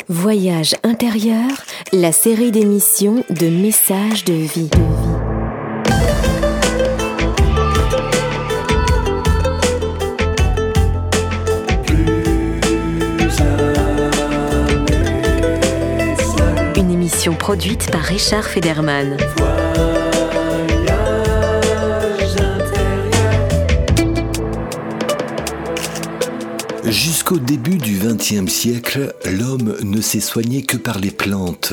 Voyage intérieur, la série d'émissions de messages de vie. Une émission produite par Richard Federman. Jusqu'au début du XXe siècle, l'homme ne s'est soigné que par les plantes.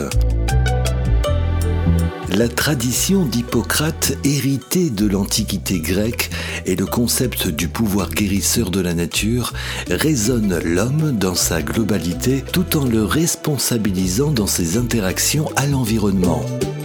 La tradition d'Hippocrate, héritée de l'Antiquité grecque, et le concept du pouvoir guérisseur de la nature raisonne l'homme dans sa globalité tout en le responsabilisant dans ses interactions à l'environnement.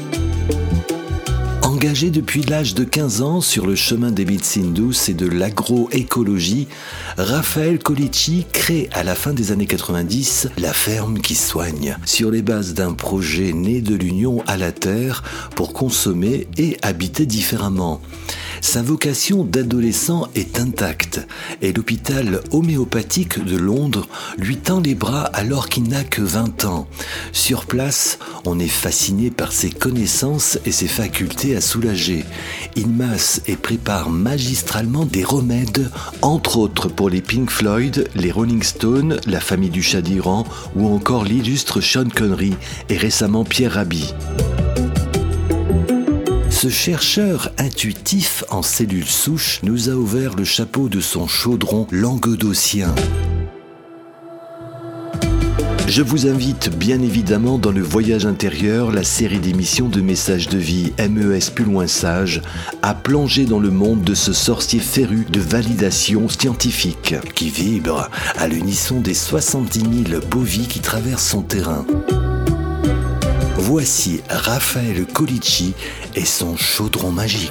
Engagé depuis l'âge de 15 ans sur le chemin des médecines douces et de l'agroécologie, Raphaël Colicci crée à la fin des années 90 la ferme qui soigne, sur les bases d'un projet né de l'union à la terre pour consommer et habiter différemment. Sa vocation d'adolescent est intacte et l'hôpital homéopathique de Londres lui tend les bras alors qu'il n'a que 20 ans. Sur place, on est fasciné par ses connaissances et ses facultés à soulager. Il masse et prépare magistralement des remèdes, entre autres pour les Pink Floyd, les Rolling Stones, la famille du Shah d'Iran ou encore l'illustre Sean Connery et récemment Pierre Rabhi. Ce chercheur intuitif en cellules souches nous a ouvert le chapeau de son chaudron languedocien. Je vous invite bien évidemment dans le Voyage intérieur, la série d'émissions de messages de vie MES plus loin sage, à plonger dans le monde de ce sorcier féru de validation scientifique qui vibre à l'unisson des 70 000 bovies qui traversent son terrain. Voici Raphaël Colicci et son chaudron magique.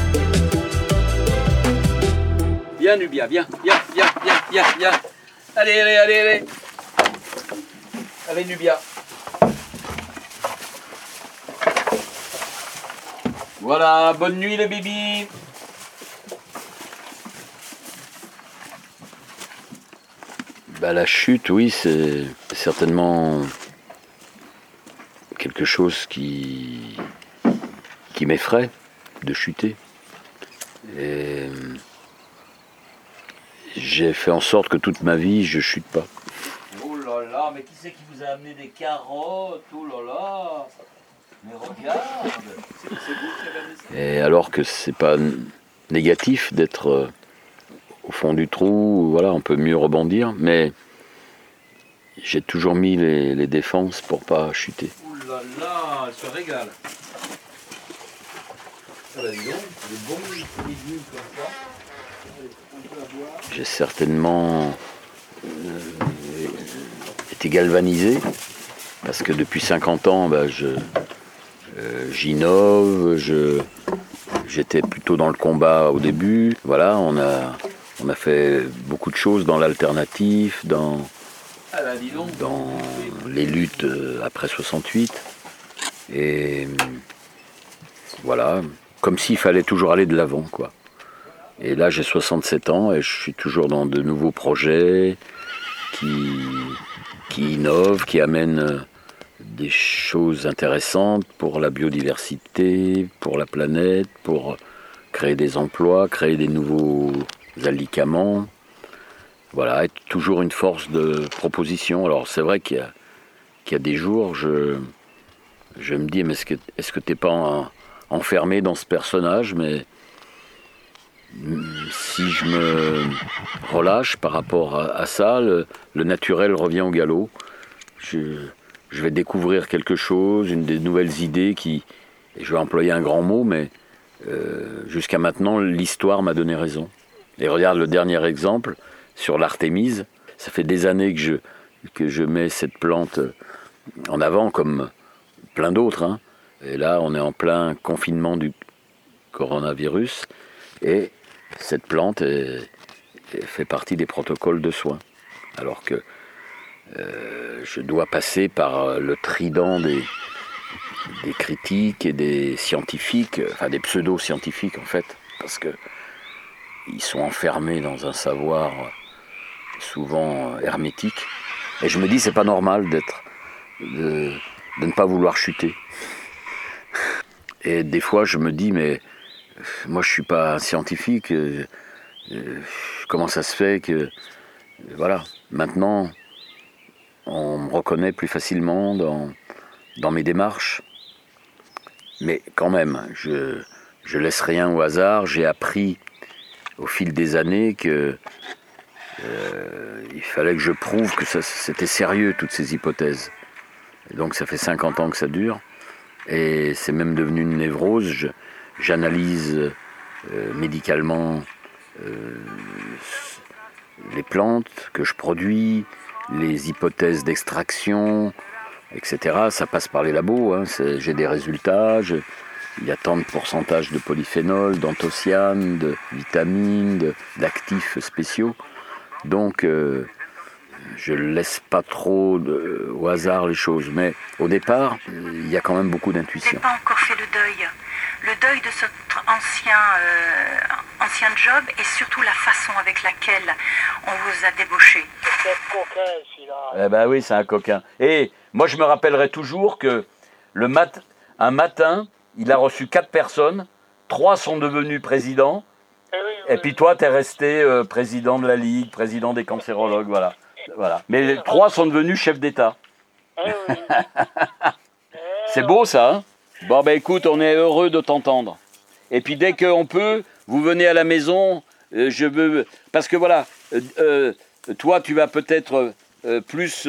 Viens Nubia, viens. Allez. Allez Nubia. Voilà, bonne nuit les bébés. La chute, oui, c'est certainement quelque chose qui m'effraie de chuter. Et j'ai fait en sorte que toute ma vie, je chute pas. Oh là là, mais qui c'est qui vous a amené des carottes? Oh là là, mais regarde. C'est vous qui avez amené ça? Et alors que c'est pas négatif d'être au fond du trou, voilà, on peut mieux rebondir, mais j'ai toujours mis les défenses pour pas chuter. Oh là là, elle se régale. Ah bah dis donc, les bons légumes comme ça. Allez, on peut la boire. J'ai certainement été galvanisé, parce que depuis 50 ans, j'innove, j'étais plutôt dans le combat au début. Voilà, on a fait beaucoup de choses dans l'alternatif, dans les luttes après 68. Et voilà, comme s'il fallait toujours aller de l'avant, quoi. Et là, j'ai 67 ans et je suis toujours dans de nouveaux projets qui innovent, qui amènent des choses intéressantes pour la biodiversité, pour la planète, pour créer des emplois, créer des nouveaux alicaments. Voilà, être toujours une force de proposition. Alors c'est vrai qu'il y a des jours, je me dis, mais est-ce que t'es pas enfermé dans ce personnage? Mais si je me relâche par rapport à ça, le naturel revient au galop. Je vais découvrir quelque chose, des nouvelles idées et je vais employer un grand mot, mais jusqu'à maintenant, l'histoire m'a donné raison. Et regarde le dernier exemple, sur l'Artémise. Ça fait des années que je mets cette plante en avant, comme plein d'autres, hein. Et là, on est en plein confinement du coronavirus, et cette plante fait partie des protocoles de soins. Alors que je dois passer par le trident des critiques et des scientifiques, enfin des pseudo-scientifiques en fait, parce que ils sont enfermés dans un savoir souvent hermétique. Et je me dis, c'est pas normal d'être de ne pas vouloir chuter. Et des fois, je me dis, mais moi, je ne suis pas un scientifique. Comment ça se fait que, voilà, maintenant, on me reconnaît plus facilement dans mes démarches. Mais quand même, je laisse rien au hasard. J'ai appris au fil des années que il fallait que je prouve que c'était sérieux, toutes ces hypothèses. Et donc ça fait 50 ans que ça dure. Et c'est même devenu une névrose. J'analyse médicalement les plantes que je produis, les hypothèses d'extraction, etc. Ça passe par les labos, hein. J'ai des résultats, il y a tant de pourcentage de polyphénol, d'anthocyanes, de vitamines, d'actifs spéciaux. Donc je ne laisse pas trop au hasard les choses. Mais au départ, il y a quand même beaucoup d'intuition. Je n'ai pas encore fait le deuil de cet ancien job et surtout la façon avec laquelle on vous a débauché. C'est un coquin, celui-là. Eh ben oui, c'est un coquin. Et moi, je me rappellerai toujours que un matin, il a reçu 4 personnes, 3 sont devenus présidents, et puis toi, tu es resté président de la Ligue, président des cancérologues, voilà. Mais les 3 sont devenus chefs d'État. C'est beau ça, hein? Bon, ben écoute, on est heureux de t'entendre. Et puis dès qu'on peut, vous venez à la maison, je veux... Parce que voilà, toi, tu vas peut-être plus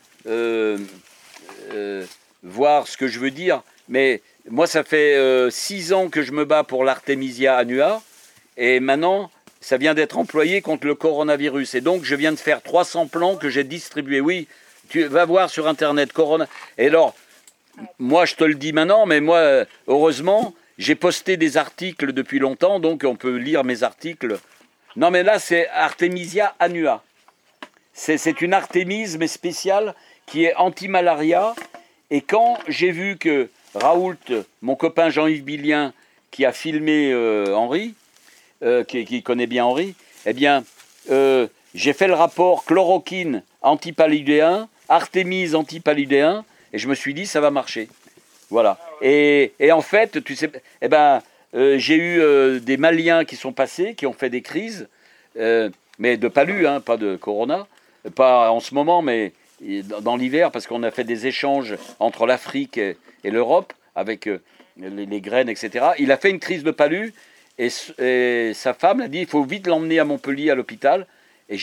voir ce que je veux dire, mais moi, ça fait 6 ans que je me bats pour l'Artemisia annua, et maintenant, ça vient d'être employé contre le coronavirus. Et donc, je viens de faire 300 plants que j'ai distribués. Oui, tu vas voir sur Internet, Corona. Et alors, moi, je te le dis maintenant, mais moi, heureusement, j'ai posté des articles depuis longtemps, donc on peut lire mes articles. Non, mais là, c'est Artemisia annua. C'est une artémise, mais spéciale, qui est anti-malaria. Et quand j'ai vu que Raoult, mon copain Jean-Yves Billien, qui a filmé Henri, qui connaît bien Henri, eh bien, j'ai fait le rapport chloroquine antipaludéen, Artémise antipaludéen, et je me suis dit, ça va marcher. Voilà. Et en fait, tu sais, eh ben, j'ai eu des Maliens qui sont passés, qui ont fait des crises, mais de palu, hein, pas de corona, pas en ce moment, mais dans l'hiver, parce qu'on a fait des échanges entre l'Afrique et l'Europe, avec les graines, etc. Il a fait une crise de palu, et sa femme a dit, il faut vite l'emmener à Montpellier, à l'hôpital. Et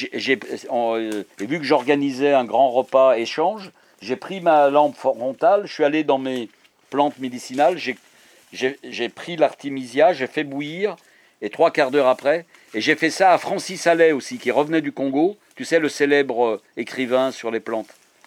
vu que j'organisais un grand repas échange, j'ai pris ma lampe frontale, je suis allé dans mes plantes médicinales, j'ai pris l'artémisia, j'ai fait bouillir, et 3 quarts d'heure après, et j'ai fait ça à Francis Allais aussi, qui revenait du Congo, tu sais, le célèbre écrivain sur les plantes.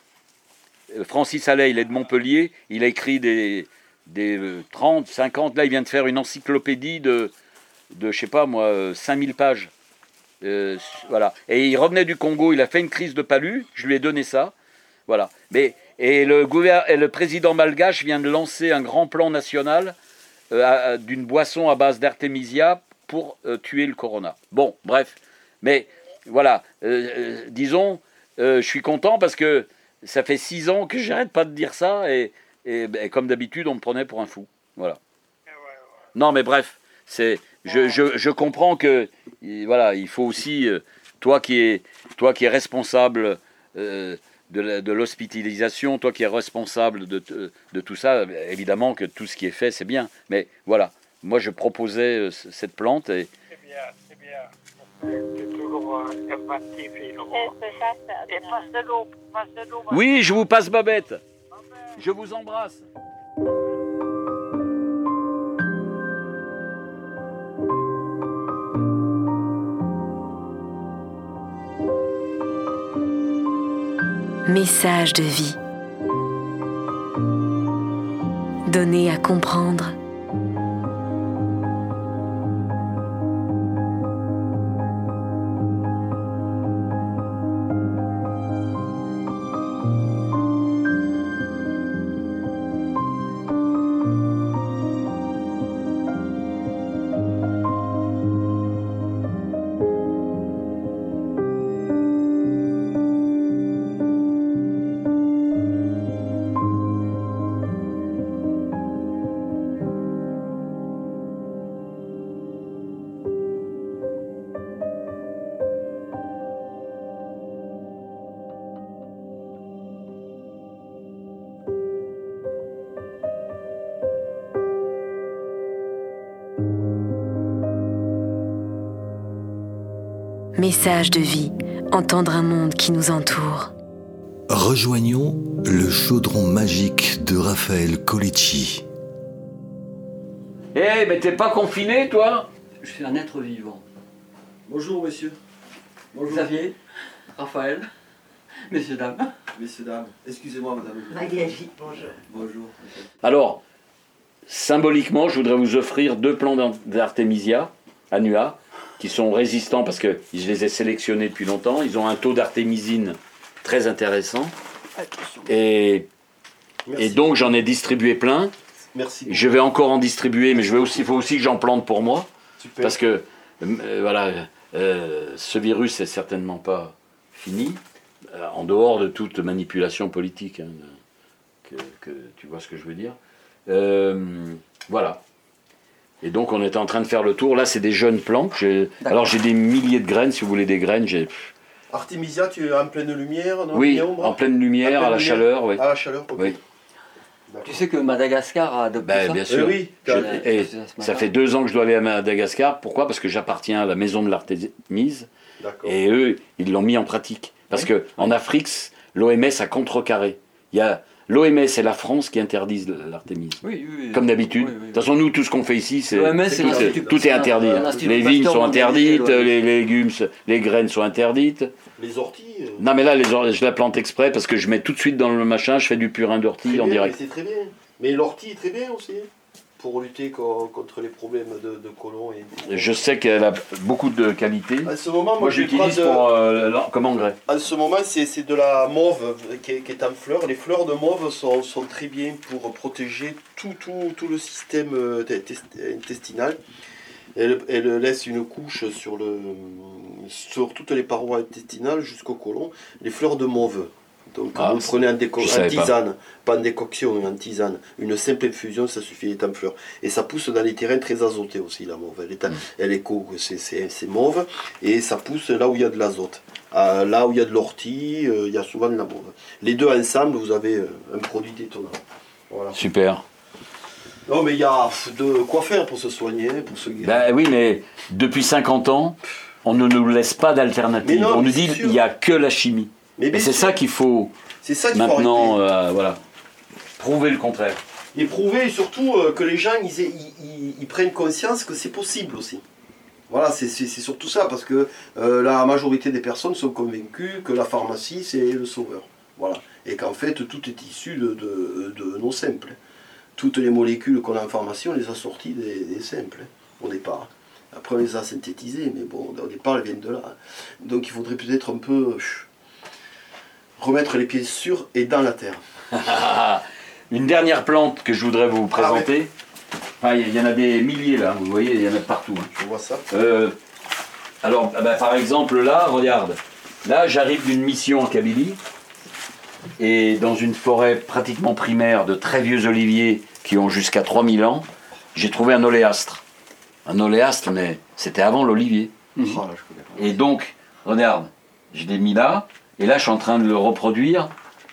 Francis Allais, il est de Montpellier, il a écrit des 30, 50, là il vient de faire une encyclopédie de je sais pas moi, 5000 pages. Voilà. Et il revenait du Congo, il a fait une crise de palu, je lui ai donné ça. Voilà. Et le président malgache vient de lancer un grand plan national d'une boisson à base d'artémisia pour tuer le corona. Bon, bref. Mais voilà, disons, je suis content parce que ça fait 6 ans que j'arrête pas de dire ça et comme d'habitude, on me prenait pour un fou. Voilà. Non, mais bref, je comprends que voilà, il faut aussi, toi qui es responsable de l'hospitalisation, toi qui es responsable de tout ça, évidemment que tout ce qui est fait, c'est bien. Mais voilà, moi je proposais cette plante et... C'est bien. C'est toujours inventif et innovant. Et passe de l'eau. Oui, je vous passe Babette. Je vous embrasse. Message de vie. Donner à comprendre. message de vie, entendre un monde qui nous entoure. Rejoignons le chaudron magique de Raphaël Colicci. Mais t'es pas confiné, toi? Je suis un être vivant. Bonjour monsieur. Bonjour. Xavier, Raphaël, messieurs, dames. Messieurs, dames. Excusez-moi madame. Magali, bonjour. Bonjour. Alors, symboliquement, je voudrais vous offrir 2 plants d'artémisia annua qui sont résistants parce que je les ai sélectionnés depuis longtemps. Ils ont un taux d'artémisine très intéressant. Et donc, j'en ai distribué plein. Merci. Je vais encore en distribuer, mais il faut aussi que j'en plante pour moi. Super. Parce que, ce virus n'est certainement pas fini, en dehors de toute manipulation politique, hein, que tu vois ce que je veux dire. Voilà. Et donc on est en train de faire le tour. Là, c'est des jeunes plants. Alors j'ai des milliers de graines, si vous voulez des graines. Artémisia, tu es en pleine lumière, non? Oui, en pleine lumière, à la chaleur. Oui. À la chaleur, ok. Oui. Tu sais que Madagascar a adopté ça? Bien sûr. Oui. Et ça fait 2 ans que je dois aller à Madagascar. Pourquoi? Parce que j'appartiens à la maison de l'Artémise. D'accord. Et eux, ils l'ont mis en pratique. Parce qu'en Afrique, l'OMS a contrecarré. Il y a l'OMS et la France qui interdisent l'Artémise. Oui. Comme d'habitude. Oui. De toute façon, nous, tout ce qu'on fait ici, tout est interdit. l'Institut Les vignes Pasteur sont mondialisé, interdites, ouais. les légumes, les graines sont interdites. Les orties. Non, mais là, je la plante exprès parce que je mets tout de suite dans le machin, je fais du purin d'ortie en direct. C'est très bien. Mais l'ortie est très bien aussi. Pour lutter contre les problèmes de côlon. Je sais qu'elle a beaucoup de qualités. En ce moment, Moi, je l'utilise comme engrais. En ce moment, c'est de la mauve qui est en fleurs. Les fleurs de mauve sont très bien pour protéger tout le système intestinal. Elle laisse une couche sur toutes les parois intestinales jusqu'au côlon. Les fleurs de mauve. Donc vous le prenez en tisane, pas en décoction, en tisane. Une simple infusion, ça suffit, elle est en fleurs. Et ça pousse dans les terrains très azotés aussi, la mauve. C'est mauve, et ça pousse là où il y a de l'azote. Là où il y a de l'ortie, il y a souvent de la mauve. Les deux ensemble, vous avez un produit détonnant. Voilà. Super. Non, mais il y a de quoi faire pour se soigner, pour se guérir. Ben oui, mais depuis 50 ans, on ne nous laisse pas d'alternative. On nous dit qu'il n'y a que la chimie. Et c'est ça qu'il faut maintenant prouver le contraire. Et prouver surtout que les gens ils prennent conscience que c'est possible aussi. Voilà, c'est surtout ça, parce que la majorité des personnes sont convaincues que la pharmacie c'est le sauveur. Voilà. Et qu'en fait tout est issu de nos simples. Toutes les molécules qu'on a en pharmacie, on les a sorties des simples, au départ. Après on les a synthétisées, mais bon, au départ elles viennent de là. Donc il faudrait peut-être un peu remettre les pieds sur et dans la terre. Une dernière plante que je voudrais vous présenter. Il y en a des milliers là, vous voyez, il y en a partout. Hein. Je vois ça. Alors, par exemple là, regarde. Là, j'arrive d'une mission en Kabylie. Et dans une forêt pratiquement primaire de très vieux oliviers qui ont jusqu'à 3000 ans, j'ai trouvé un oléastre. Un oléastre, mais c'était avant l'olivier. Et donc, regarde, je l'ai mis là. Et là, je suis en train de le reproduire.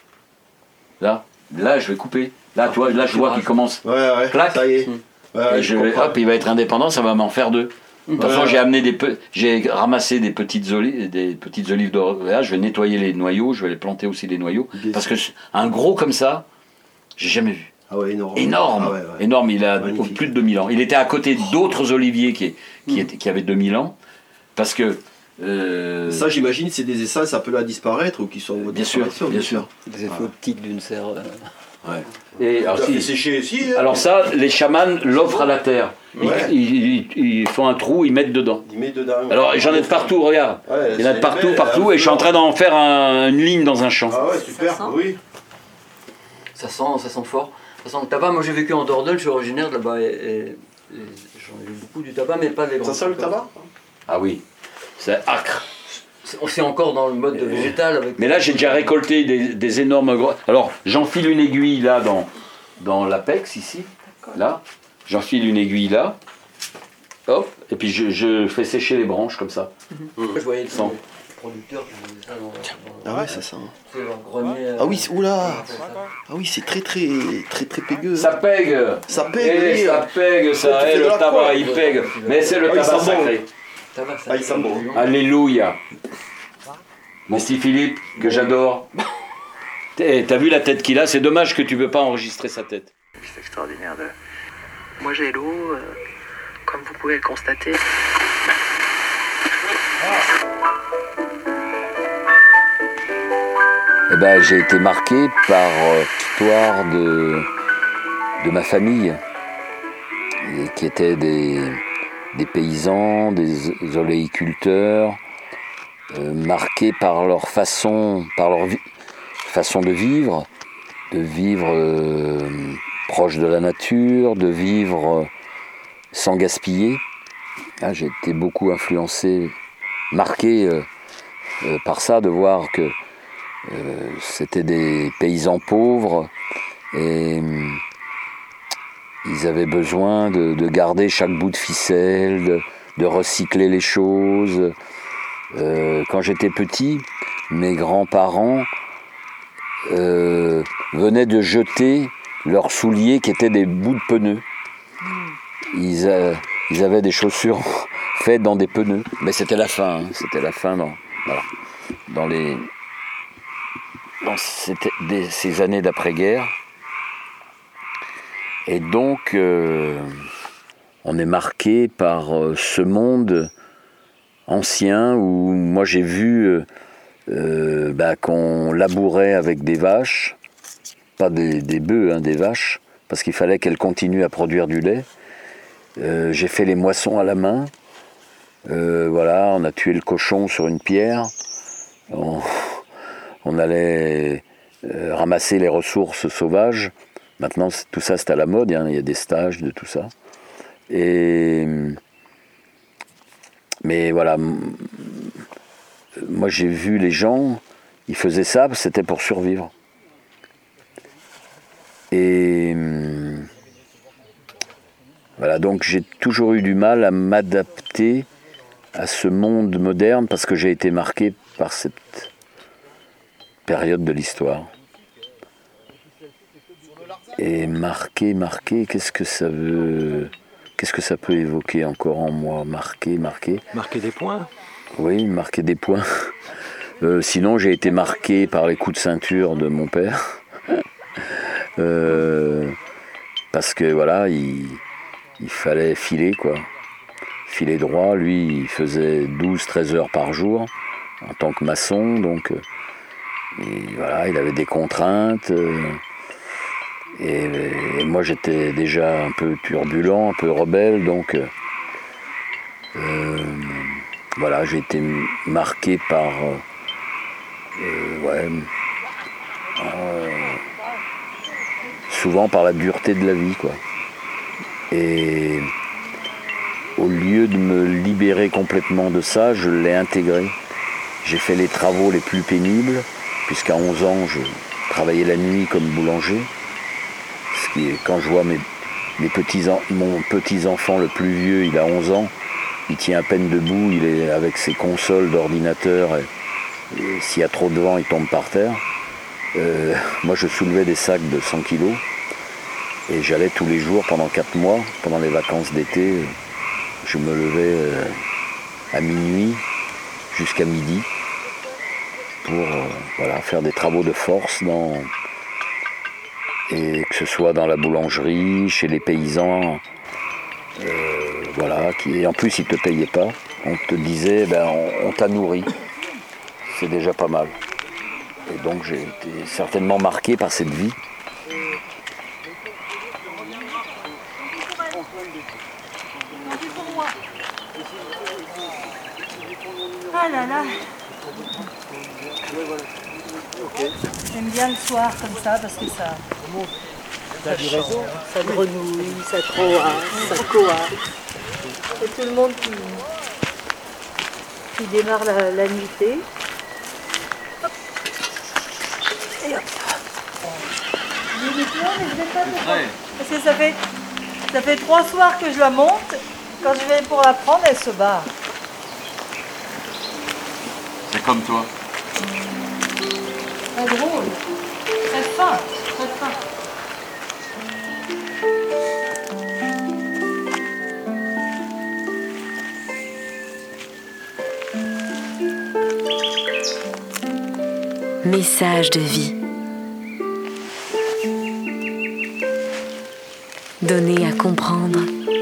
Là, je vais couper. Là, tu vois, là, je vois qu'il commence. Ouais, clac. Ça y est. Ouais, et il va être indépendant, ça va m'en faire 2. De toute façon, j'ai ramassé des petites olives d'oléa. Je vais nettoyer les noyaux, je vais les planter aussi les noyaux. Parce que un gros comme ça, j'ai jamais vu. Ah ouais, énorme. Énorme, il a plus de 2000 ans. Il était à côté d'autres oliviers qui avaient 2000 ans. Parce que ça, j'imagine, c'est des essences appelées à disparaître ou qui sont en bien sûr. Des effets optiques d'une serre. Ouais. Et alors, alors ça, les chamans l'offrent à la terre. Ils font un trou, ils mettent dedans. Alors j'en ai de partout, regarde. Il y en a de partout, et je suis en train d'en faire une ligne dans un champ. Ah ouais, super, oui. Ça sent fort. Ça sent le tabac. Moi j'ai vécu en Dordogne, je suis originaire de là-bas et j'en ai vu beaucoup du tabac, mais pas les grands. Ça sent le tabac? Ah oui, c'est acre. C'est encore dans le mode végétal. Mais là, j'ai déjà récolté des énormes gros. Alors, j'enfile une aiguille là dans l'apex ici. Là, j'enfile une aiguille là. Hop, et puis je fais sécher les branches comme ça. Je voyais le producteur qui faisait ça dans. Ah ouais, ça sent. C'est leur grenier. Ah oui, oula. Ah oui, c'est très pégueux. Ça pègue. Ça pègue. Ça pègue, ça. Le tabac, il pègue. Mais c'est le tabac sacré. Ah, il sent bon. Alléluia. Mon petit Philippe, que j'adore. T'as vu la tête qu'il a? C'est dommage que tu peux pas enregistrer sa tête. C'est extraordinaire. Moi j'ai l'eau, comme vous pouvez le constater. Eh ben, j'ai été marqué par l'histoire de ma famille, et qui étaient des paysans, des oléiculteurs, marqués par leur façon de vivre proche de la nature, de vivre sans gaspiller. Ah, j'ai été beaucoup influencé, marqué par ça, de voir que c'était des paysans pauvres et ils avaient besoin de garder chaque bout de ficelle, de recycler les choses. Quand j'étais petit, mes grands-parents venaient de jeter leurs souliers qui étaient des bouts de pneus. Ils avaient des chaussures faites dans des pneus. Mais c'était la fin, hein. C'était la fin dans ces années d'après-guerre. Et donc, on est marqué par ce monde ancien où moi j'ai vu qu'on labourait avec des vaches, pas des bœufs, hein, des vaches, parce qu'il fallait qu'elles continuent à produire du lait. J'ai fait les moissons à la main. On a tué le cochon sur une pierre. On allait ramasser les ressources sauvages. Maintenant, tout ça, c'est à la mode. Hein. Il y a des stages de tout ça. Mais voilà, moi j'ai vu les gens, ils faisaient ça, c'était pour survivre. Et voilà, donc j'ai toujours eu du mal à m'adapter à ce monde moderne parce que j'ai été marqué par cette période de l'histoire. Et marqué, qu'est-ce que ça peut évoquer encore en moi? Marquer. Marquer des points? Oui, marquer des points. Sinon, j'ai été marqué par les coups de ceinture de mon père. Parce que voilà, il fallait filer, quoi. Filer droit. Lui, il faisait 12-13 heures par jour en tant que maçon. Donc, voilà, il avait des contraintes. Et moi j'étais déjà un peu turbulent, un peu rebelle, donc voilà, j'ai été marqué par souvent par la dureté de la vie, quoi. Et au lieu de me libérer complètement de ça, je l'ai intégré. J'ai fait les travaux les plus pénibles, puisqu'à 11 ans, je travaillais la nuit comme boulanger. Quand je vois mon petit-enfant le plus vieux, il a 11 ans, il tient à peine debout, il est avec ses consoles d'ordinateur, et s'il y a trop de vent, il tombe par terre. Moi, je soulevais des sacs de 100 kilos, et j'allais tous les jours pendant 4 mois, pendant les vacances d'été, je me levais à minuit jusqu'à midi pour faire des travaux de force et que ce soit dans la boulangerie, chez les paysans, et en plus ils ne te payaient pas, on te disait on t'a nourri, c'est déjà pas mal. Et donc j'ai été certainement marqué par cette vie. Ah là là. J'aime bien le soir comme ça parce que ça chante, ça grenouille, ça croasse, ça coa. Et tout le monde qui démarre la nuitée. Et hop. Parce que ça fait 3 soirs que je la monte. Quand je vais pour la prendre, elle se barre. C'est comme toi. Très drôle, très fin, très fin. message de vie. Donner à comprendre.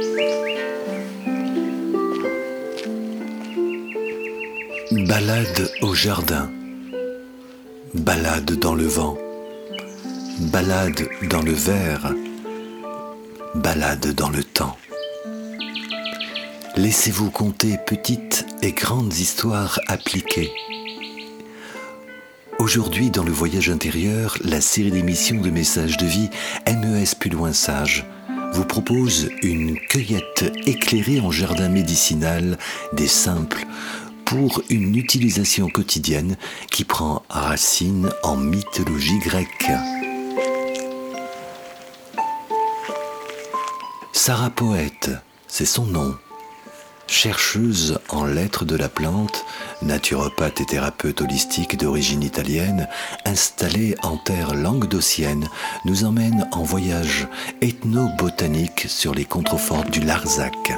Balade au jardin. Balade dans le vent. Balade dans le verre. Balade dans le temps. Laissez-vous conter petites et grandes histoires appliquées. Aujourd'hui, dans le voyage intérieur, la série d'émissions de messages de vie MES Plus Loin Sage vous propose une cueillette éclairée en jardin médicinal des simples pour une utilisation quotidienne qui prend racine en mythologie grecque. Sarah Poète, c'est son nom. Chercheuse en lettres de la plante, naturopathe et thérapeute holistique d'origine italienne, installée en terre languedocienne, nous emmène en voyage ethno-botanique sur les contreforts du Larzac.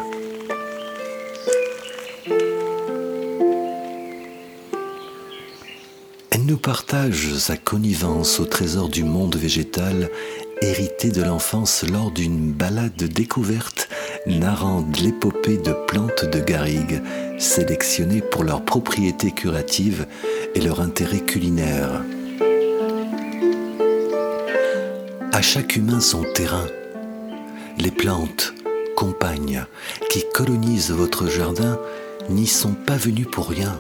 Elle nous partage sa connivence au trésor du monde végétal hérité de l'enfance lors d'une balade découverte narrant l'épopée de plantes de garrigue sélectionnées pour leurs propriétés curatives et leur intérêt culinaire. À chaque humain son terrain. Les plantes, compagnes, qui colonisent votre jardin n'y sont pas venues pour rien.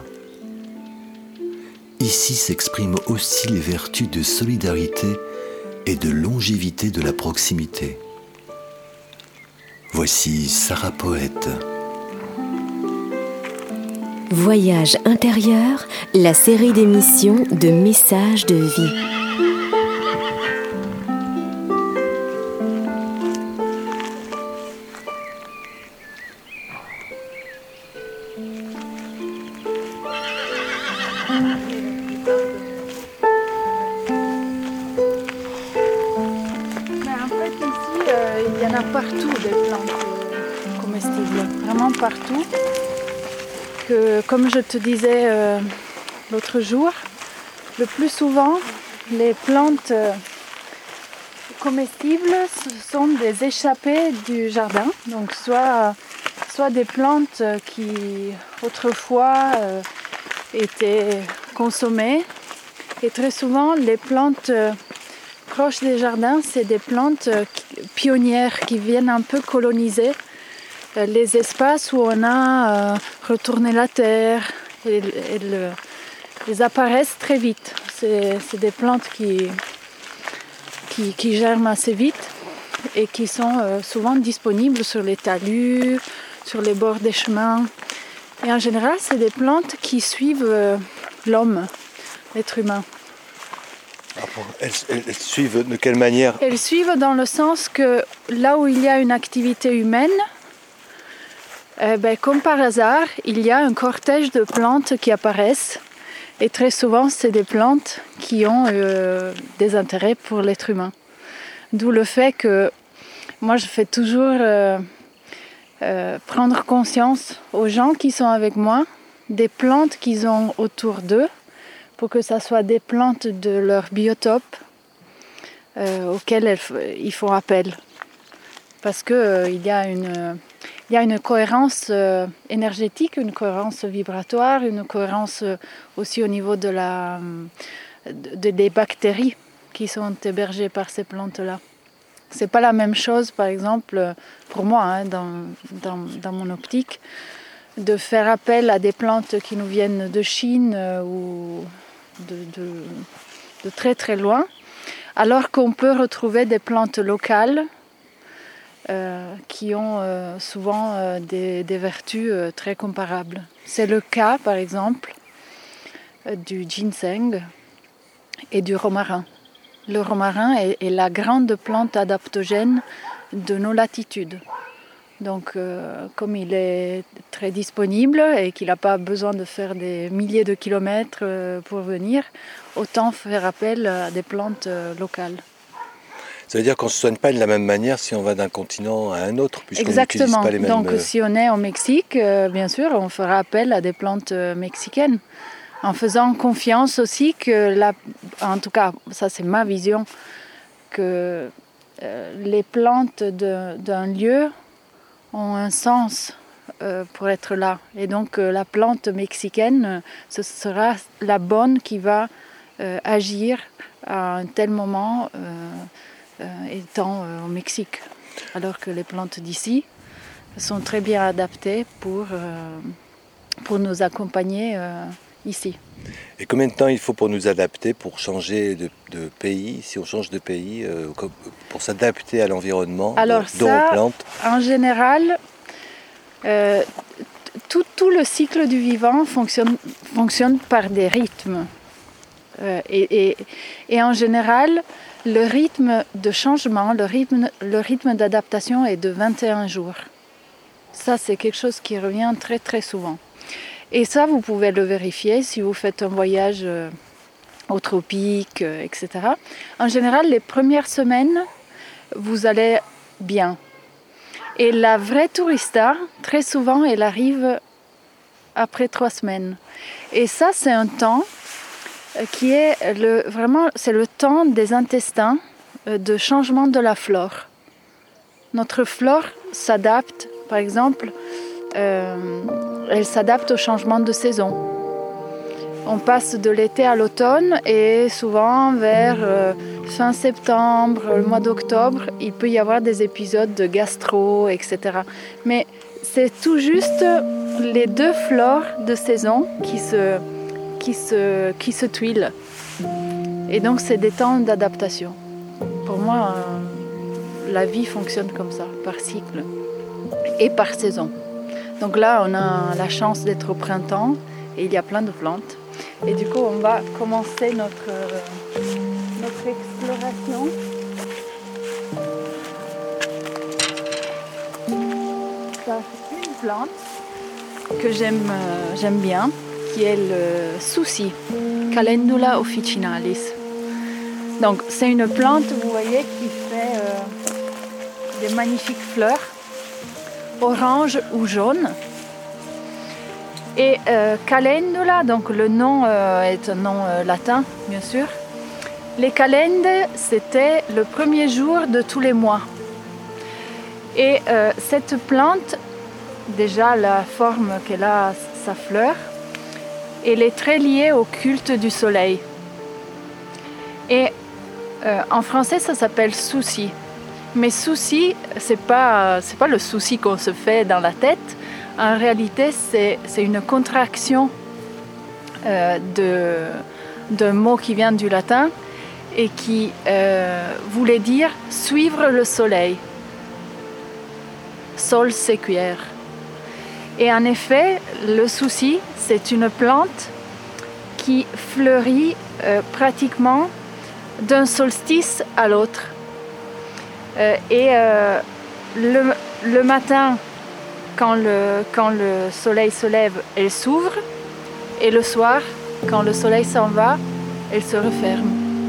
Ici s'expriment aussi les vertus de solidarité et de longévité de la proximité. Voici Sarah Poète. Voyage intérieur, la série d'émissions de messages de vie. Il y en a partout des plantes comestibles, vraiment partout. Comme je te disais l'autre jour, le plus souvent, les plantes comestibles sont des échappées du jardin. Donc soit des plantes qui autrefois étaient consommées. Et très souvent, les plantes proches des jardins, c'est des plantes pionnières qui viennent un peu coloniser les espaces où on a retourné la terre. Elles apparaissent très vite. C'est des plantes qui germent assez vite et qui sont souvent disponibles sur les talus, sur les bords des chemins. Et en général, c'est des plantes qui suivent l'homme, l'être humain. Elles suivent de quelle manière ? Elles suivent dans le sens que là où il y a une activité humaine, comme par hasard, il y a un cortège de plantes qui apparaissent. Et très souvent, c'est des plantes qui ont des intérêts pour l'être humain. D'où le fait que moi, je fais toujours prendre conscience aux gens qui sont avec moi des plantes qu'ils ont autour d'eux, pour que ce soit des plantes de leur biotope auxquelles ils font appel. Parce qu'il y a une cohérence énergétique, une cohérence vibratoire, une cohérence aussi au niveau des bactéries qui sont hébergées par ces plantes-là. C'est pas la même chose, par exemple, pour moi, dans mon optique, de faire appel à des plantes qui nous viennent de Chine ou de très très loin, alors qu'on peut retrouver des plantes locales qui ont souvent des vertus très comparables. C'est le cas, par exemple, du ginseng et du romarin. Le romarin est la grande plante adaptogène de nos latitudes. Donc, comme il est très disponible et qu'il n'a pas besoin de faire des milliers de kilomètres pour venir, autant faire appel à des plantes locales. Ça veut dire qu'on ne se soigne pas de la même manière si on va d'un continent à un autre, puisqu'on Exactement. n'utilise pas les mêmes... Donc, si on est au Mexique, bien sûr, on fera appel à des plantes mexicaines. en faisant confiance aussi que, en tout cas, ça c'est ma vision, que les plantes d'un lieu ont un sens pour être là. Et donc la plante mexicaine, ce sera la bonne qui va agir à un tel moment étant au Mexique. Alors que les plantes d'ici sont très bien adaptées pour nous accompagner ici. Et combien de temps il faut pour nous adapter, pour changer de pays, si on change de pays, pour s'adapter à l'environnement, alors dont ça, on plante? En général, tout le cycle du vivant fonctionne par des rythmes. Et en général, le rythme de changement, le rythme d'adaptation est de 21 jours. Ça, c'est quelque chose qui revient très très souvent. Et ça, vous pouvez le vérifier si vous faites un voyage aux tropiques, etc. En général, les premières semaines, vous allez bien. Et la vraie tourista, très souvent, elle arrive après 3 semaines. Et ça, c'est un temps qui est c'est le temps des intestins, de changement de la flore. Notre flore s'adapte, par exemple, elle s'adapte au changement de saison. On passe de l'été à l'automne et souvent vers fin septembre, le mois d'octobre, il peut y avoir des épisodes de gastro, etc. Mais c'est tout juste les 2 flores de saison qui se tuilent. Et donc c'est des temps d'adaptation. Pour moi, la vie fonctionne comme ça, par cycle et par saison. Donc là, on a la chance d'être au printemps et il y a plein de plantes. Et du coup, on va commencer notre exploration. Ça, c'est une plante que j'aime bien, qui est le souci, Calendula officinalis. Donc, c'est une plante, vous voyez, qui fait des magnifiques fleurs, orange ou jaune. Et calendula, donc le nom est un nom latin, bien sûr. Les calendes, c'était le premier jour de tous les mois. Et cette plante, déjà la forme qu'elle a, sa fleur, elle est très liée au culte du soleil. Et en français, ça s'appelle souci. Mais souci, c'est pas le souci qu'on se fait dans la tête. En réalité, c'est une contraction d'un mot qui vient du latin et qui voulait dire suivre le soleil. Sol sequier. Et en effet, le souci, c'est une plante qui fleurit pratiquement d'un solstice à l'autre. Le matin, quand le soleil se lève, elle s'ouvre, et le soir, quand le soleil s'en va, elle se referme.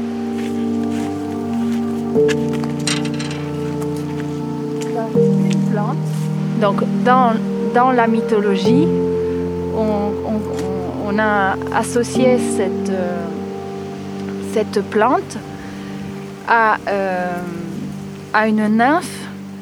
Une plante. Donc, dans la mythologie, on a associé cette plante à une nymphe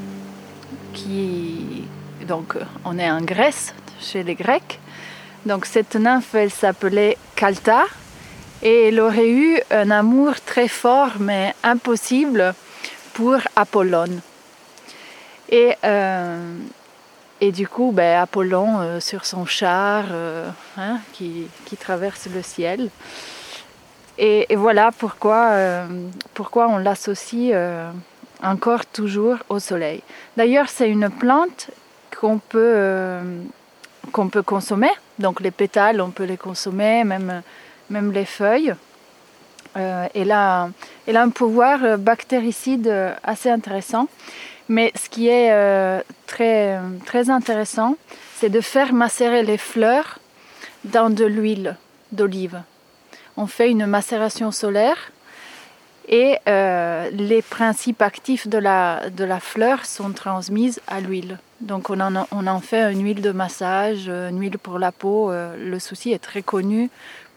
donc on est en Grèce, chez les Grecs. Donc cette nymphe, elle s'appelait Calta et elle aurait eu un amour très fort mais impossible pour Apollon. Et du coup, Apollon sur son char qui traverse le ciel. Et voilà pourquoi on l'associe encore toujours au soleil. D'ailleurs, c'est une plante qu'on peut consommer. Donc les pétales, on peut les consommer, même les feuilles. Elle a un pouvoir bactéricide assez intéressant. Mais ce qui est très, très intéressant, c'est de faire macérer les fleurs dans de l'huile d'olive. On fait une macération solaire et les principes actifs de la fleur sont transmis à l'huile. Donc on en fait une huile de massage, une huile pour la peau. Le souci est très connu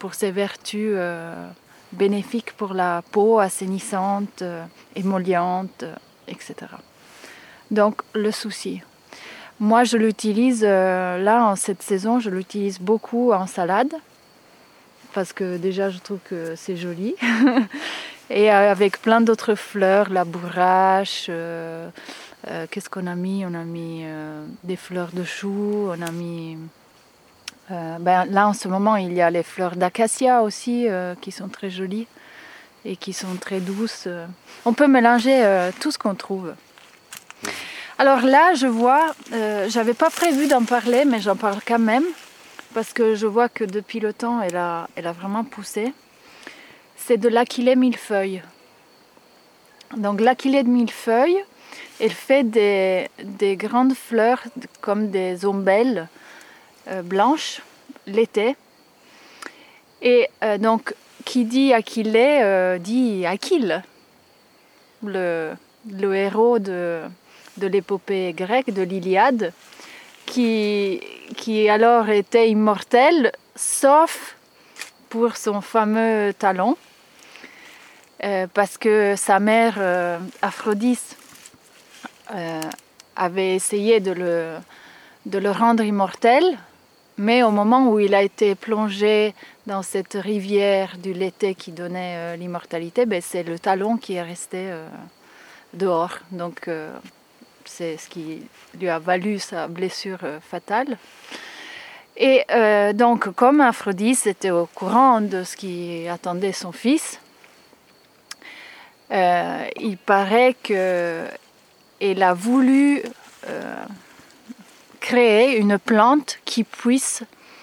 pour ses vertus bénéfiques pour la peau, assainissante, émolliente, etc. Donc le souci. Moi je l'utilise, là en cette saison, je l'utilise beaucoup en salade, parce que déjà je trouve que c'est joli. Et avec plein d'autres fleurs, la bourrache, qu'est-ce qu'on a mis? On a mis des fleurs de chou, on a mis... là en ce moment il y a les fleurs d'acacia aussi qui sont très jolies et qui sont très douces. On peut mélanger tout ce qu'on trouve. Alors là je vois, j'avais pas prévu d'en parler mais j'en parle quand même parce que je vois que depuis le temps elle a vraiment poussé. C'est de l'Achillée millefeuille. Donc l'Achillée de millefeuille, elle fait des grandes fleurs comme des ombelles blanches l'été. Et donc qui dit Achillée dit Achille, le héros de l'épopée grecque, de l'Iliade, qui alors était immortel, sauf pour son fameux talon, parce que sa mère Aphrodite avait essayé de le rendre immortel, mais au moment où il a été plongé dans cette rivière du Léthé qui donnait l'immortalité, c'est le talon qui est resté dehors. Donc c'est ce qui lui a valu sa blessure fatale. Et donc comme Aphrodite était au courant de ce qui attendait son fils, il paraît qu'elle a voulu créer une plante qui puisse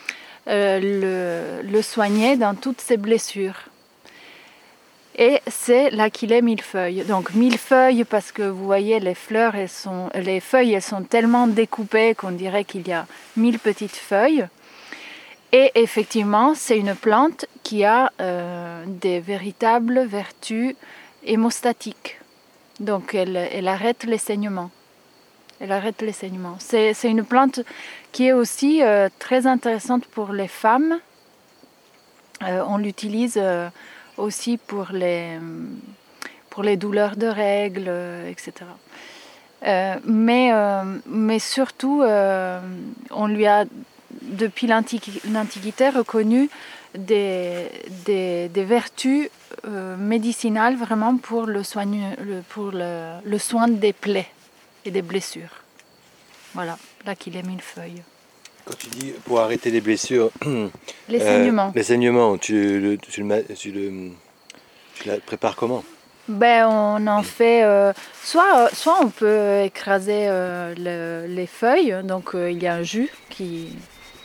le soigner dans toutes ses blessures. Et c'est l'Achillée millefeuille. Donc millefeuille parce que vous voyez les fleurs, les feuilles elles sont tellement découpées qu'on dirait qu'il y a 1000 petites feuilles. Et effectivement c'est une plante qui a des véritables vertus hémostatiques. Donc elle arrête les saignements. C'est une plante qui est aussi très intéressante pour les femmes. On l'utilise aussi pour les douleurs de règles, etc. Mais surtout, on lui a, depuis l'Antiquité, reconnu des vertus médicinales vraiment pour le soin des plaies et des blessures. Voilà, l'Achillée millefeuille. Quand tu dis pour arrêter les blessures, les saignements. Les saignements, tu la prépares comment? On en fait, soit on peut écraser les feuilles, donc il y a un jus qui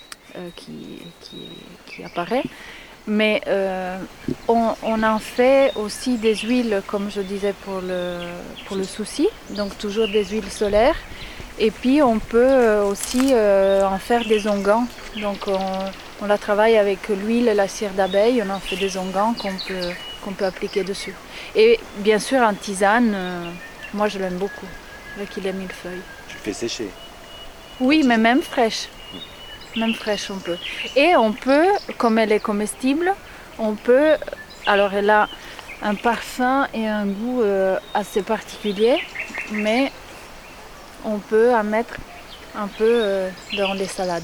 apparaît, mais on en fait aussi des huiles, comme je disais pour le souci, donc toujours des huiles solaires. Et puis on peut aussi en faire des onguents. Donc on la travaille avec l'huile et la cire d'abeille, on en fait des onguents qu'on peut appliquer dessus. Et bien sûr en tisane, moi je l'aime beaucoup, l'Achillée millefeuille. Tu le fais sécher? Oui, mais même fraîche. Même fraîche on peut. Et on peut, comme elle est comestible, alors elle a un parfum et un goût assez particulier, mais on peut en mettre un peu dans les salades.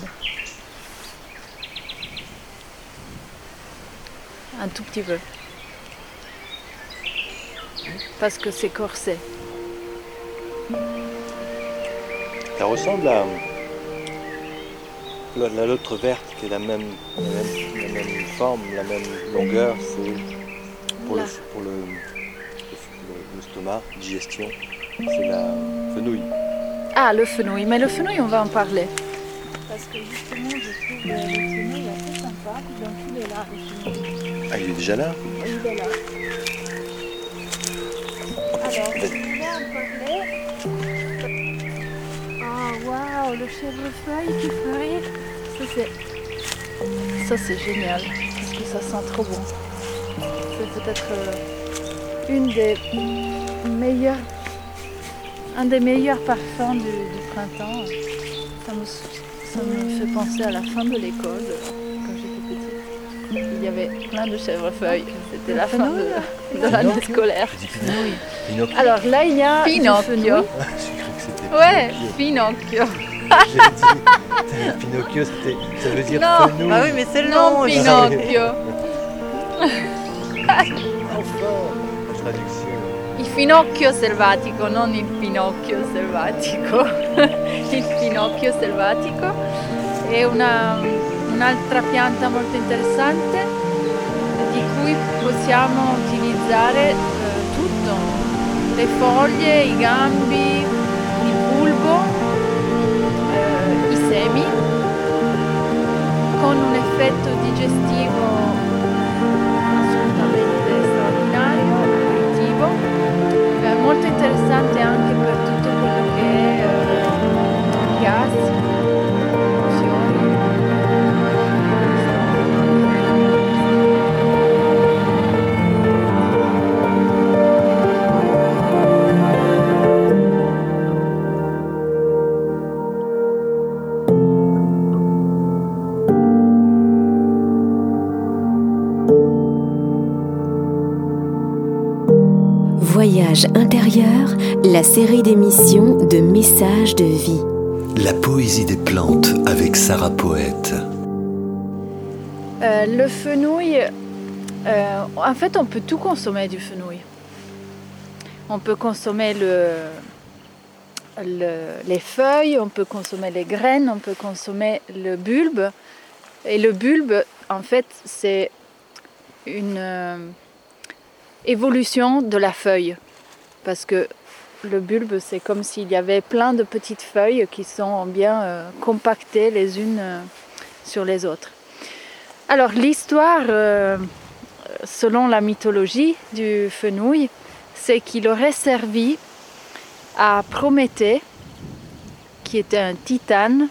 Un tout petit peu. Parce que c'est corsé. Ça ressemble à l'autre verte qui est la même forme, la même longueur. C'est pour l'estomac, digestion. C'est la fenouil. Ah, le fenouil. Mais le fenouil, on va en parler. Parce que justement, je trouve le fenouil assez sympa. Donc il est là, le fenouil. Ah, il est déjà là? Il est là. Alors, je vais en parler. Oh, waouh, le chèvrefeuille qui fleurit. Ça, c'est génial. Parce que ça sent trop bon. C'est peut-être un des meilleurs parfums du printemps. Ça me fait penser à la fin de l'école, quand j'étais petite. il y avait plein de chèvrefeuilles. C'était la fin de l'année scolaire. Pinocchio. Alors là, il y a Pinocchio. du fenouil. J'ai cru que c'était Ouais, Pinocchio. Pinocchio. J'ai dit, Pinocchio, ça veut dire Non, fenouil. bah oui, mais c'est le Non, nom. Pinocchio. Enfin, la traduction. Il finocchio selvatico, non il Pinocchio selvatico. Il Pinocchio selvatico è un'altra pianta molto interessante di cui possiamo utilizzare tutto, le foglie, i gambi, il bulbo, i semi, con un effetto digestivo assolutamente straordinario, nutritivo, molto interessante anche per tutto quello che è gas, emozioni. Voyage intérieur, la série d'émissions de messages de vie. La poésie des plantes avec Sarah Poète. Le fenouil, en fait, on peut tout consommer du fenouil. On peut consommer les feuilles, on peut consommer les graines, on peut consommer le bulbe. Et le bulbe, en fait, c'est une évolution de la feuille. Parce que le bulbe, c'est comme s'il y avait plein de petites feuilles qui sont bien compactées les unes sur les autres. Alors l'histoire, selon la mythologie du fenouil, c'est qu'il aurait servi à Prométhée, qui était un titane,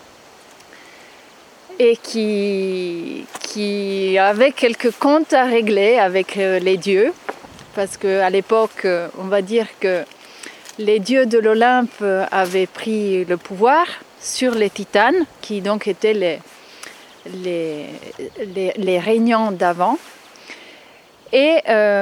et qui avait quelques comptes à régler avec les dieux, parce qu'à l'époque, on va dire que les dieux de l'Olympe avaient pris le pouvoir sur les titanes, qui donc étaient les régnants d'avant. Et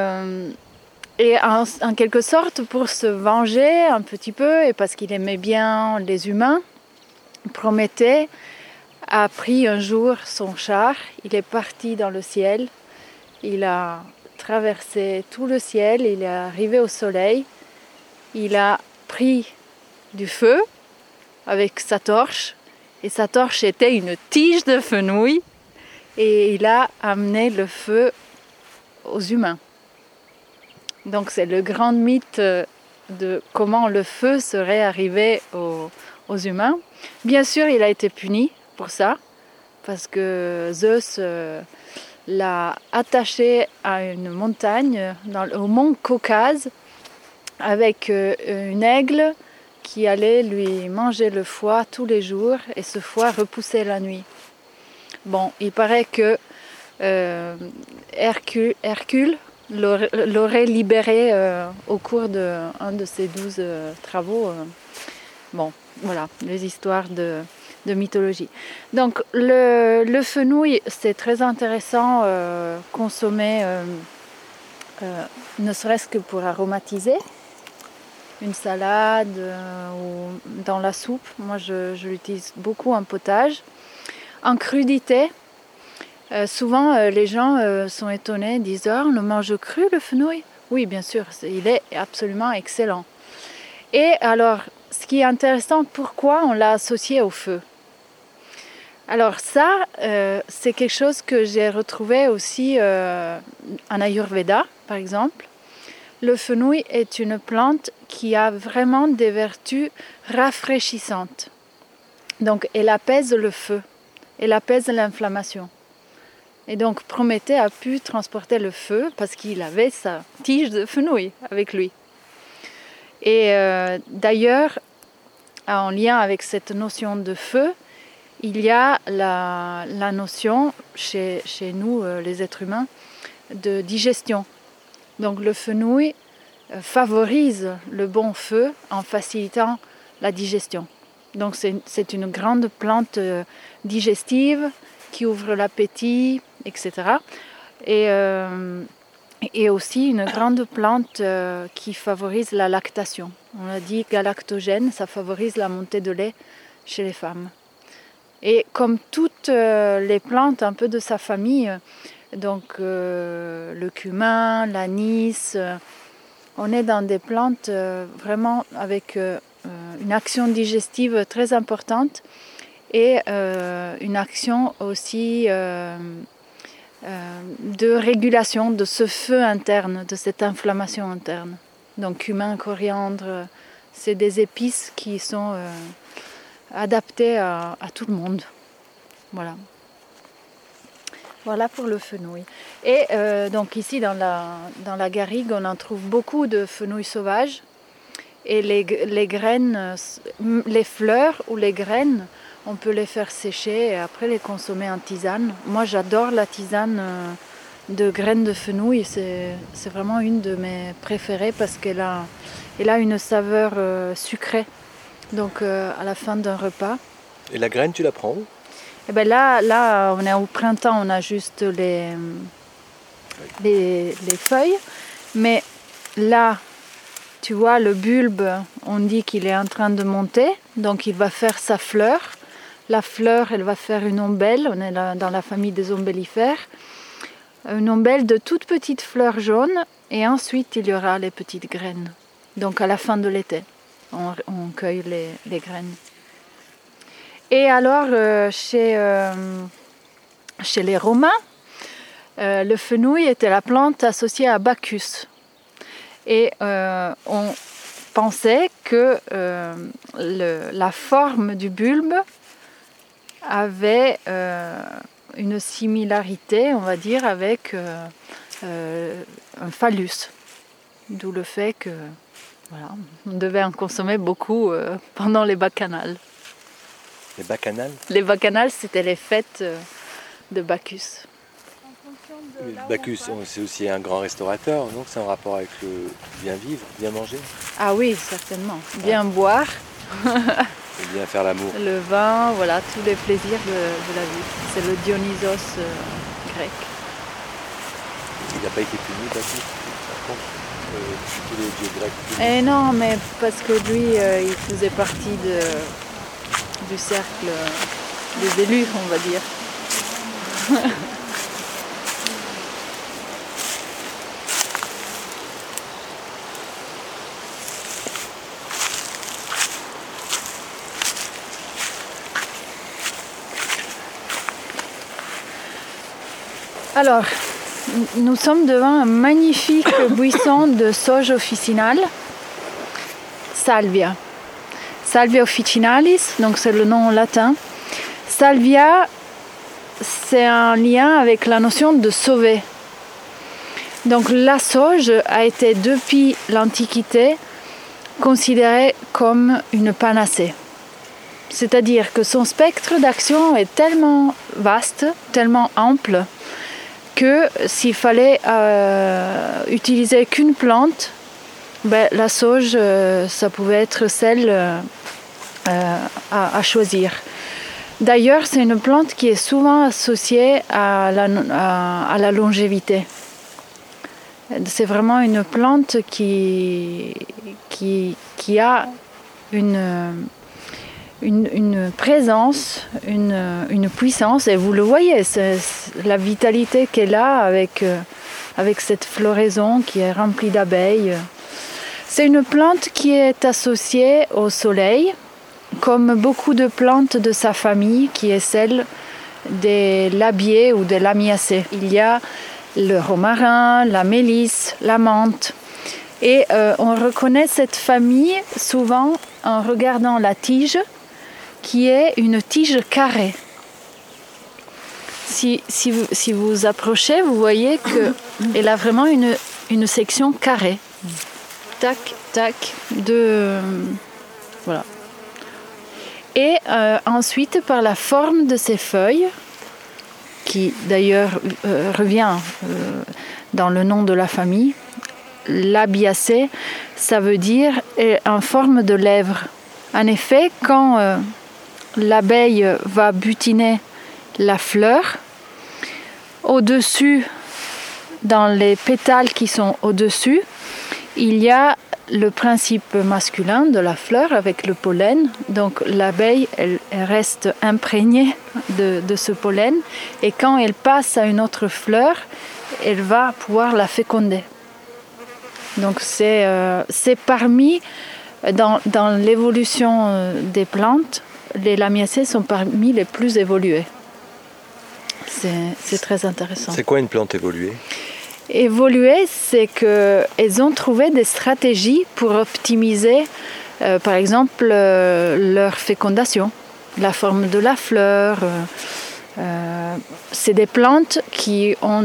en quelque sorte, pour se venger un petit peu, et parce qu'il aimait bien les humains, Prométhée a pris un jour son char, il est parti dans le ciel, il a traversé tout le ciel, il est arrivé au soleil, il a pris du feu avec sa torche, et sa torche était une tige de fenouil, et il a amené le feu aux humains. Donc c'est le grand mythe de comment le feu serait arrivé aux humains. Bien sûr, il a été puni pour ça, parce que Zeus l'a attaché à une montagne, au mont Caucase, avec une aigle qui allait lui manger le foie tous les jours, et ce foie repoussait la nuit. Bon, il paraît que Hercule l'aurait libéré au cours d'un de ses 12 travaux. Bon, voilà, les histoires de mythologie. Donc le fenouil, c'est très intéressant, consommer ne serait-ce que pour aromatiser une salade ou dans la soupe. Moi je l'utilise beaucoup en potage. En crudité, souvent les gens sont étonnés, disent « Oh, on le mange cru le fenouil ?» Oui, bien sûr, il est absolument excellent. Et alors, ce qui est intéressant, pourquoi on l'a associé au feu? Alors ça, c'est quelque chose que j'ai retrouvé aussi en Ayurveda, par exemple. Le fenouil est une plante qui a vraiment des vertus rafraîchissantes. Donc, elle apaise le feu, elle apaise l'inflammation. Et donc, Prométhée a pu transporter le feu parce qu'il avait sa tige de fenouil avec lui. Et d'ailleurs, en lien avec cette notion de feu, il y a la notion chez nous, les êtres humains, de digestion. Donc le fenouil favorise le bon feu en facilitant la digestion. Donc c'est une grande plante digestive qui ouvre l'appétit, etc. Et aussi une grande plante qui favorise la lactation. On a dit galactogène, ça favorise la montée de lait chez les femmes. Et comme toutes les plantes un peu de sa famille, donc le cumin, l'anis, on est dans des plantes vraiment avec une action digestive très importante et une action aussi de régulation de ce feu interne, de cette inflammation interne. Donc cumin, coriandre, c'est des épices qui sont adaptées à tout le monde. Voilà. Voilà pour le fenouil. Et donc ici dans la garrigue, on en trouve beaucoup de fenouil sauvage. Et les graines, les fleurs ou les graines, on peut les faire sécher et après les consommer en tisane. Moi j'adore la tisane de graines de fenouil, c'est vraiment une de mes préférées parce qu'elle a une saveur sucrée, donc à la fin d'un repas. Et la graine, tu la prends où? Et ben là, on est au printemps, on a juste les feuilles, mais là, tu vois, le bulbe, on dit qu'il est en train de monter, donc il va faire sa fleur. La fleur, elle va faire une ombelle, on est là dans la famille des ombellifères. Une ombelle de toutes petites fleurs jaunes, et ensuite il y aura les petites graines. Donc à la fin de l'été, on cueille les graines. Et alors, chez les Romains, le fenouil était la plante associée à Bacchus. Et on pensait que la forme du bulbe avait une similarité, on va dire, avec un phallus. D'où le fait que voilà, on devait en consommer beaucoup pendant les bacchanales. Les bacchanales? Les bacchanales, c'était les fêtes de Bacchus. Bacchus, c'est aussi un grand restaurateur, donc c'est en rapport avec le bien vivre, bien manger. Ah oui, certainement. Bien boire. Et bien faire l'amour. Le vin, voilà, tous les plaisirs de la vie. C'est le Dionysos grec. Il n'a pas été puni, Bacchus, par contre, tous les dieux grecs. Eh non, mais parce que lui, il faisait partie du cercle des élus, on va dire. Alors, nous sommes devant un magnifique buisson de sauge officinale, Salvia. Salvia officinalis, donc c'est le nom latin. Salvia, c'est un lien avec la notion de sauver. Donc la sauge a été depuis l'Antiquité considérée comme une panacée. C'est-à-dire que son spectre d'action est tellement vaste, tellement ample, que s'il fallait utiliser qu'une plante, la sauge, ça pouvait être celle à choisir. D'ailleurs, c'est une plante qui est souvent associée à la longévité. C'est vraiment une plante qui a une présence, une puissance, et vous le voyez, c'est la vitalité qu'elle a avec cette floraison qui est remplie d'abeilles. C'est une plante qui est associée au soleil, comme beaucoup de plantes de sa famille, qui est celle des labiers ou des lamiacées. Il y a le romarin, la mélisse, la menthe. Et on reconnaît cette famille souvent en regardant la tige, qui est une tige carrée. Si vous approchez, vous voyez qu'elle a vraiment une section carrée. Tac, tac, voilà. Et ensuite, par la forme de ses feuilles, qui d'ailleurs revient dans le nom de la famille, labiacée, ça veut dire en forme de lèvre. En effet, quand l'abeille va butiner la fleur, au-dessus, dans les pétales qui sont au-dessus, il y a le principe masculin de la fleur avec le pollen. Donc l'abeille, elle reste imprégnée de ce pollen. Et quand elle passe à une autre fleur, elle va pouvoir la féconder. Donc c'est parmi, dans l'évolution des plantes, les lamiacées sont parmi les plus évoluées. C'est très intéressant. C'est quoi une plante évoluée ? Évoluer, c'est qu'elles ont trouvé des stratégies pour optimiser, par exemple, leur fécondation, la forme de la fleur. C'est des plantes qui ont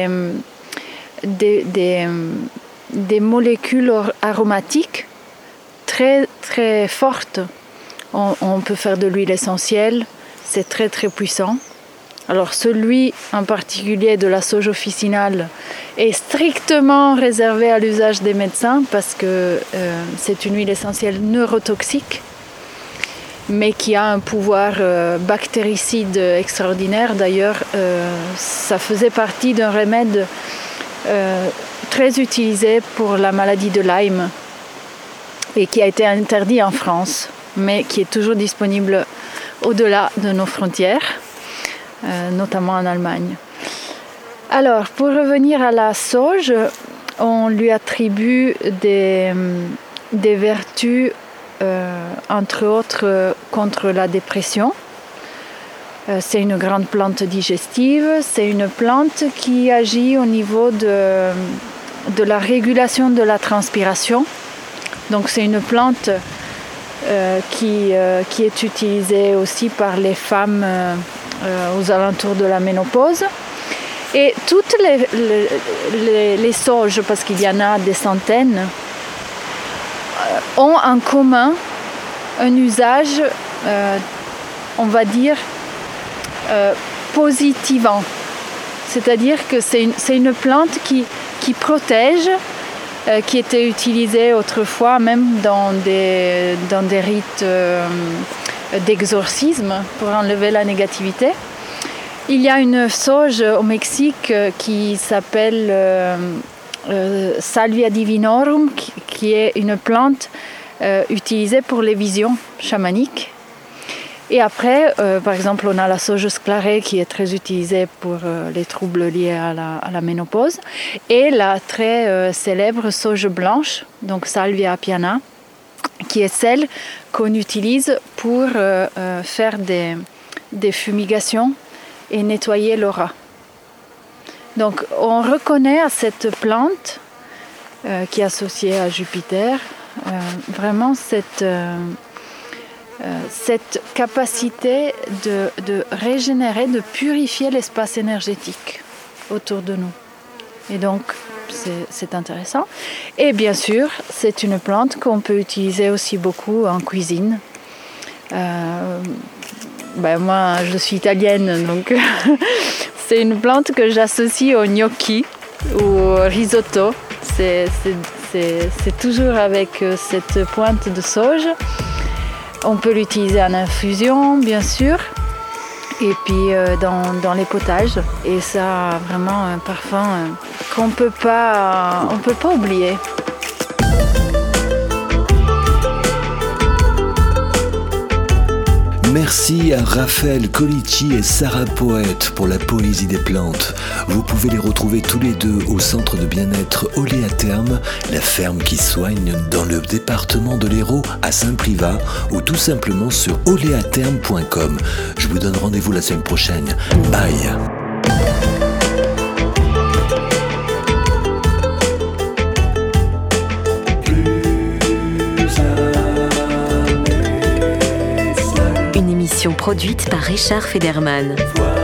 des molécules aromatiques très, très fortes. On peut faire de l'huile essentielle, c'est très, très puissant. Alors celui en particulier de la sauge officinale est strictement réservé à l'usage des médecins parce que c'est une huile essentielle neurotoxique mais qui a un pouvoir bactéricide extraordinaire. D'ailleurs, ça faisait partie d'un remède très utilisé pour la maladie de Lyme et qui a été interdit en France mais qui est toujours disponible au-delà de nos frontières. Notamment en Allemagne. Alors, pour revenir à la sauge, on lui attribue des vertus, entre autres, contre la dépression. C'est une grande plante digestive, c'est une plante qui agit au niveau de la régulation de la transpiration. Donc c'est une plante qui est utilisée aussi par les femmes aux alentours de la ménopause. Et toutes les sauges, parce qu'il y en a des centaines, ont en commun un usage, on va dire, positivant. C'est-à-dire que c'est une plante qui protège, qui était utilisée autrefois même dans des rites d'exorcisme pour enlever la négativité. Il y a une sauge au Mexique qui s'appelle Salvia divinorum, qui est une plante utilisée pour les visions chamaniques. Et après, par exemple, on a la sauge sclarée qui est très utilisée pour les troubles liés à la ménopause. Et la très célèbre sauge blanche, donc Salvia appiana, qui est celle qu'on utilise pour faire des fumigations et nettoyer l'aura. Donc on reconnaît à cette plante qui est associée à Jupiter vraiment cette capacité de régénérer, de purifier l'espace énergétique autour de nous. Et donc c'est intéressant. Et bien sûr, c'est une plante qu'on peut utiliser aussi beaucoup en cuisine. Moi, je suis italienne, donc c'est une plante que j'associe au gnocchi ou au risotto. C'est toujours avec cette pointe de sauge. On peut l'utiliser en infusion, bien sûr, et puis dans les potages. Et ça a vraiment un parfum qu'on ne peut pas oublier. Merci à Raphaël Colici et Sarah Poète pour la poésie des plantes. Vous pouvez les retrouver tous les deux au centre de bien-être Oléatherme, la ferme qui soigne dans le département de l'Hérault à Saint-Privat ou tout simplement sur oléatherme.com. Je vous donne rendez-vous la semaine prochaine. Bye. Produite par Richard Federman.